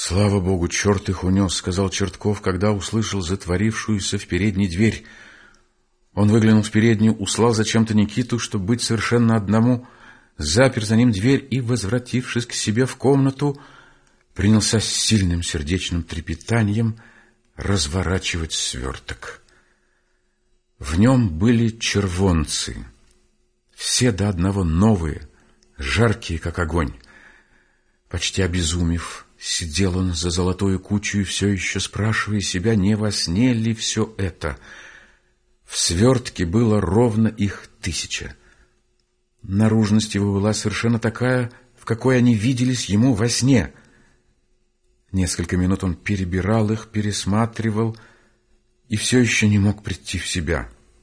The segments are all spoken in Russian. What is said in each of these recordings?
«Слава Богу, черт их унес», — сказал Чертков, когда услышал затворившуюся в передней дверь. Он выглянул в переднюю, услал зачем-то Никиту, чтобы быть совершенно одному, запер за ним дверь и, возвратившись к себе в комнату, принялся с сильным сердечным трепетанием разворачивать сверток. В нем были червонцы, все до одного новые, жаркие, как огонь. Почти обезумев, сидел он за золотою кучей, все еще спрашивая себя, не во сне ли все это. В свертке было ровно их 1000. Наружность его была совершенно такая, в какой они виделись ему во сне. Несколько минут он перебирал их, пересматривал и все еще не мог прийти в себя.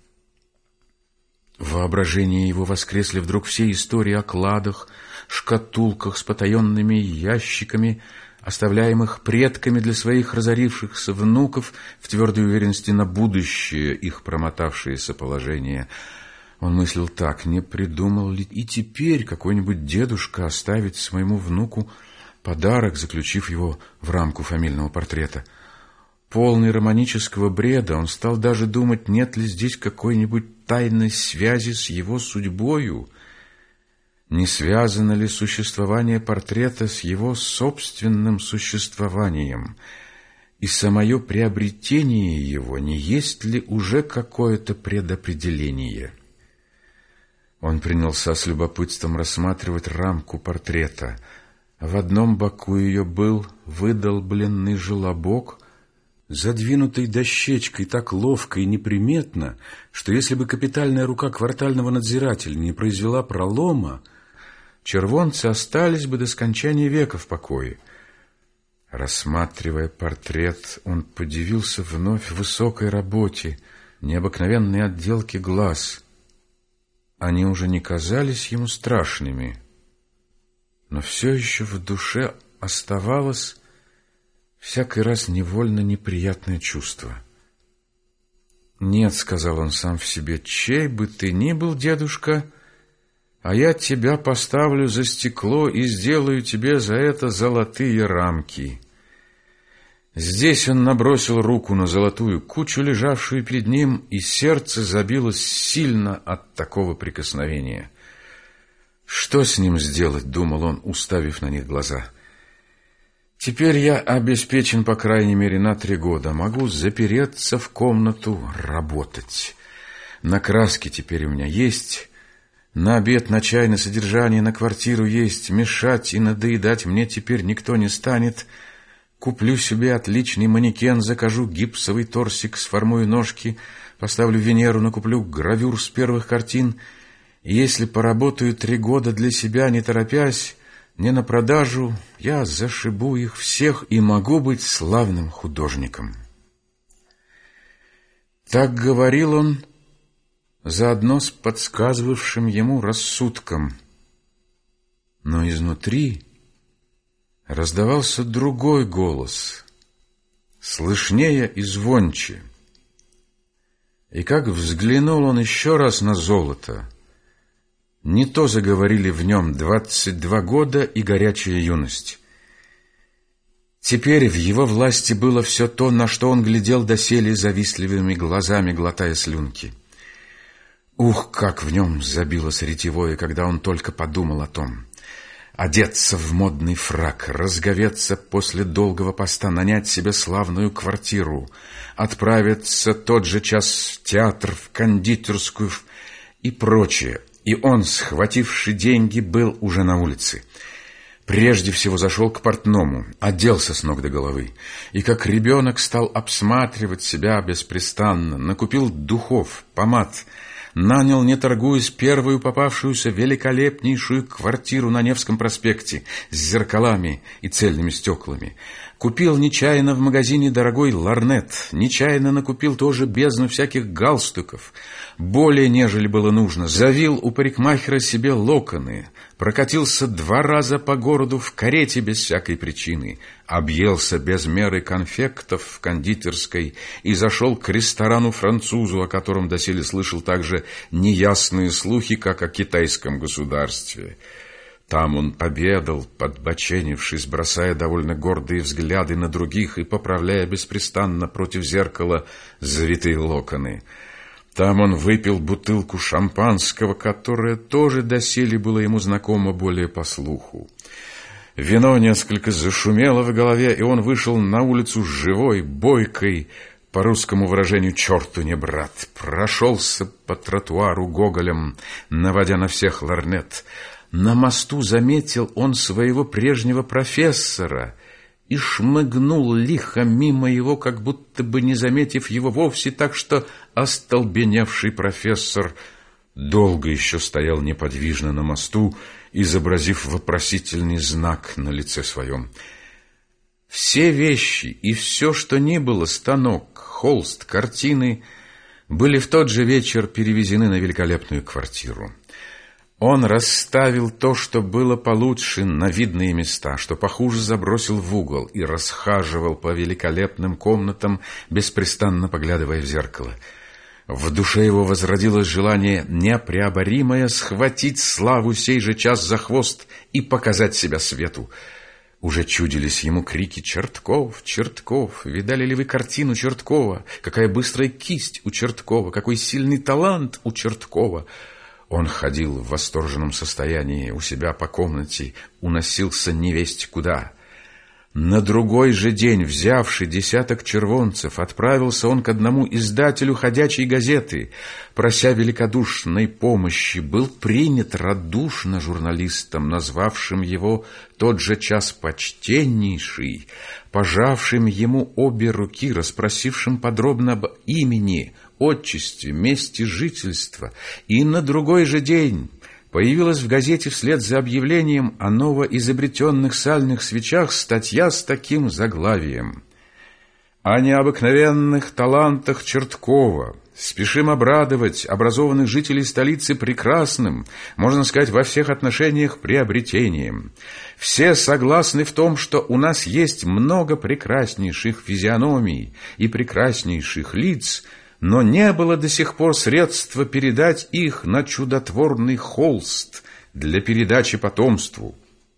В воображении его воскресли вдруг все истории о кладах, шкатулках с потаенными ящиками, оставляемых предками для своих разорившихся внуков в твердой уверенности на будущее их промотавшееся положение. Он мыслил так: не придумал ли и теперь какой-нибудь дедушка оставить своему внуку подарок, заключив его в рамку фамильного портрета? Полный романического бреда, он стал даже думать, нет ли здесь какой-нибудь тайной связи с его судьбою. Не связано ли существование портрета с его собственным существованием? И самое приобретение его, не есть ли уже какое-то предопределение? Он принялся с любопытством рассматривать рамку портрета. В одном боку ее был выдолбленный желобок, задвинутый дощечкой так ловко и неприметно, что если бы капитальная рука квартального надзирателя не произвела пролома, червонцы остались бы до скончания века в покое. Рассматривая портрет, он подивился вновь высокой работе, необыкновенной отделке глаз. Они уже не казались ему страшными, но все еще в душе оставалось всякий раз невольно неприятное чувство. «Нет, — сказал он сам в себе, — чей бы ты ни был, дедушка, а я тебя поставлю за стекло и сделаю тебе за это золотые рамки». Здесь он набросил руку на золотую кучу, лежавшую перед ним, и сердце забилось сильно от такого прикосновения. «Что с ним сделать?» — думал он, уставив на них глаза. «Теперь я обеспечен, по крайней мере, на 3 года. Могу запереться в комнату, работать. На краски теперь у меня есть, на обед, на чай, на содержание, на квартиру есть. Мешать и надоедать мне теперь никто не станет. Куплю себе отличный манекен, закажу гипсовый торсик, сформую ножки, поставлю Венеру, накуплю гравюр с первых картин. И если поработаю 3 года для себя, не торопясь, не на продажу, я зашибу их всех и могу быть славным художником». Так говорил он, заодно с подсказывавшим ему рассудком. Но изнутри раздавался другой голос, слышнее и звонче. И как взглянул он еще раз на золото, не то заговорили в нем 22 года и горячая юность. Теперь в его власти было все то, на что он глядел доселе завистливыми глазами, глотая слюнки. Ух, как в нем забилось ретевое, когда он только подумал о том. Одеться в модный фрак, разговеться после долгого поста, нанять себе славную квартиру, отправиться тот же час в театр, в кондитерскую и прочее. И он, схвативший деньги, был уже на улице. Прежде всего зашел к портному, оделся с ног до головы, и как ребенок стал обсматривать себя беспрестанно, накупил духов, помад, нанял, не торгуясь, первую попавшуюся великолепнейшую квартиру на Невском проспекте с зеркалами и цельными стеклами. Купил нечаянно в магазине дорогой лорнет, нечаянно накупил тоже бездну всяких галстуков, более, нежели было нужно, завил у парикмахера себе локоны, прокатился 2 раза по городу в карете без всякой причины, объелся без меры конфектов в кондитерской и зашел к ресторану-французу, о котором доселе слышал также неясные слухи, как о китайском государстве. Там он обедал, подбоченившись, бросая довольно гордые взгляды на других и поправляя беспрестанно против зеркала завитые локоны. Там он выпил бутылку шампанского, которое тоже доселе было ему знакомо более по слуху. Вино несколько зашумело в голове, и он вышел на улицу живой, бойкой, по русскому выражению «черту не брат». Прошелся по тротуару гоголем, наводя на всех лорнет. На мосту заметил он своего прежнего профессора и шмыгнул лихо мимо его, как будто бы не заметив его вовсе, так что остолбеневший профессор долго еще стоял неподвижно на мосту, изобразив вопросительный знак на лице своем. Все вещи и все, что ни было, станок, холст, картины, были в тот же вечер перевезены на великолепную квартиру. Он расставил то, что было получше, на видные места, что похуже забросил в угол и расхаживал по великолепным комнатам, беспрестанно поглядывая в зеркало. В душе его возродилось желание непреоборимое схватить славу сей же час за хвост и показать себя свету. Уже чудились ему крики «Чертков! Чертков! Видали ли вы картину Черткова? Какая быстрая кисть у Черткова! Какой сильный талант у Черткова!» Он ходил в восторженном состоянии у себя по комнате, уносился невесть куда. На другой же день, взявший 10 червонцев, отправился он к одному издателю ходячей газеты, прося великодушной помощи, был принят радушно журналистом, назвавшим его тот же час почтеннейший, пожавшим ему обе руки, расспросившим подробно об имени, отчестве, месте жительства, и на другой же день появилась в газете вслед за объявлением о новоизобретенных сальных свечах статья с таким заглавием: «О необыкновенных талантах Черткова. Спешим обрадовать образованных жителей столицы прекрасным, можно сказать, во всех отношениях приобретением. Все согласны в том, что у нас есть много прекраснейших физиономий и прекраснейших лиц, но не было до сих пор средства передать их на чудотворный холст для передачи потомству.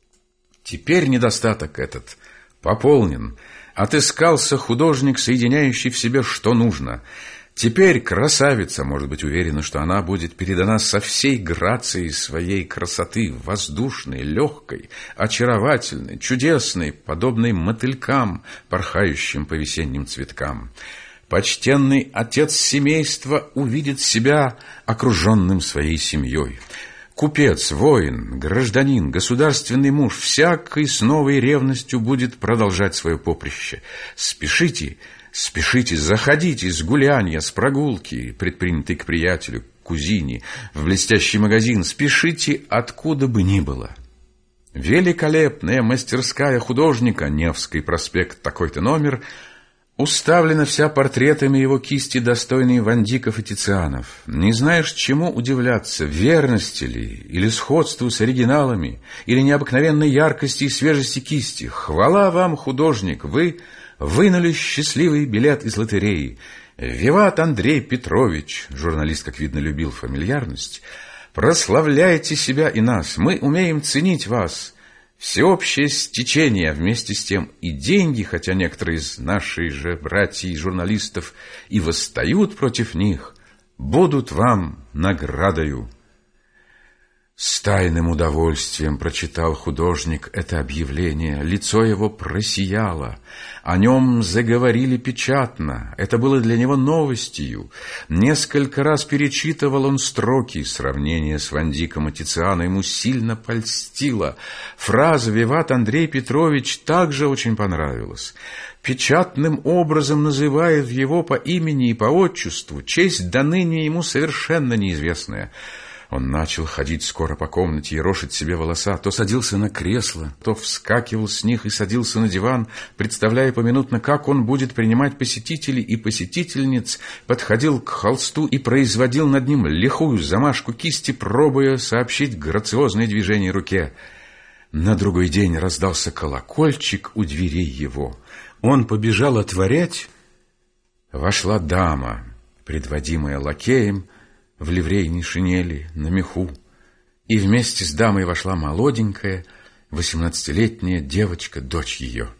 Теперь недостаток этот пополнен. Отыскался художник, соединяющий в себе что нужно. Теперь красавица может быть уверена, что она будет передана со всей грацией своей красоты, воздушной, легкой, очаровательной, чудесной, подобной мотылькам, порхающим по весенним цветкам. Почтенный отец семейства увидит себя окруженным своей семьей. Купец, воин, гражданин, государственный муж всякой с новой ревностью будет продолжать свое поприще. Спешите, спешите, заходите с гулянья, с прогулки, предпринятой к приятелю, к кузине, в блестящий магазин, спешите откуда бы ни было. Великолепная мастерская художника, Невский проспект, такой-то номер, уставлена вся портретами его кисти, достойные Ван Диков и Тицианов. Не знаешь, чему удивляться, верности ли, или сходству с оригиналами, или необыкновенной яркости и свежести кисти. Хвала вам, художник, вы вынули счастливый билет из лотереи. Виват Андрей Петрович, журналист, как видно, любил фамильярность, прославляйте себя и нас, мы умеем ценить вас. Всеобщее стечение, а вместе с тем и деньги, хотя некоторые из наших же братьев и журналистов и восстают против них, будут вам наградою. С тайным удовольствием прочитал художник это объявление. Лицо его просияло. О нем заговорили печатно. Это было для него новостью. Несколько раз перечитывал он строки. Сравнение с Ван Диком и Тицианом ему сильно польстило. Фраза «Виват Андрей Петрович» также очень понравилась. Печатным образом называет его по имени и по отчеству, честь до ныне ему совершенно неизвестная. Он начал ходить скоро по комнате, ерошить себе волоса, то садился на кресло, то вскакивал с них и садился на диван, представляя поминутно, как он будет принимать посетителей и посетительниц, подходил к холсту и производил над ним лихую замашку кисти, пробуя сообщить грациозные движения руке. На другой день раздался колокольчик у дверей его. Он побежал отворять. Вошла дама, предводимая лакеем, в ливрейной шинели, на меху. и вместе с дамой вошла молоденькая, 18-летняя девочка, дочь ее.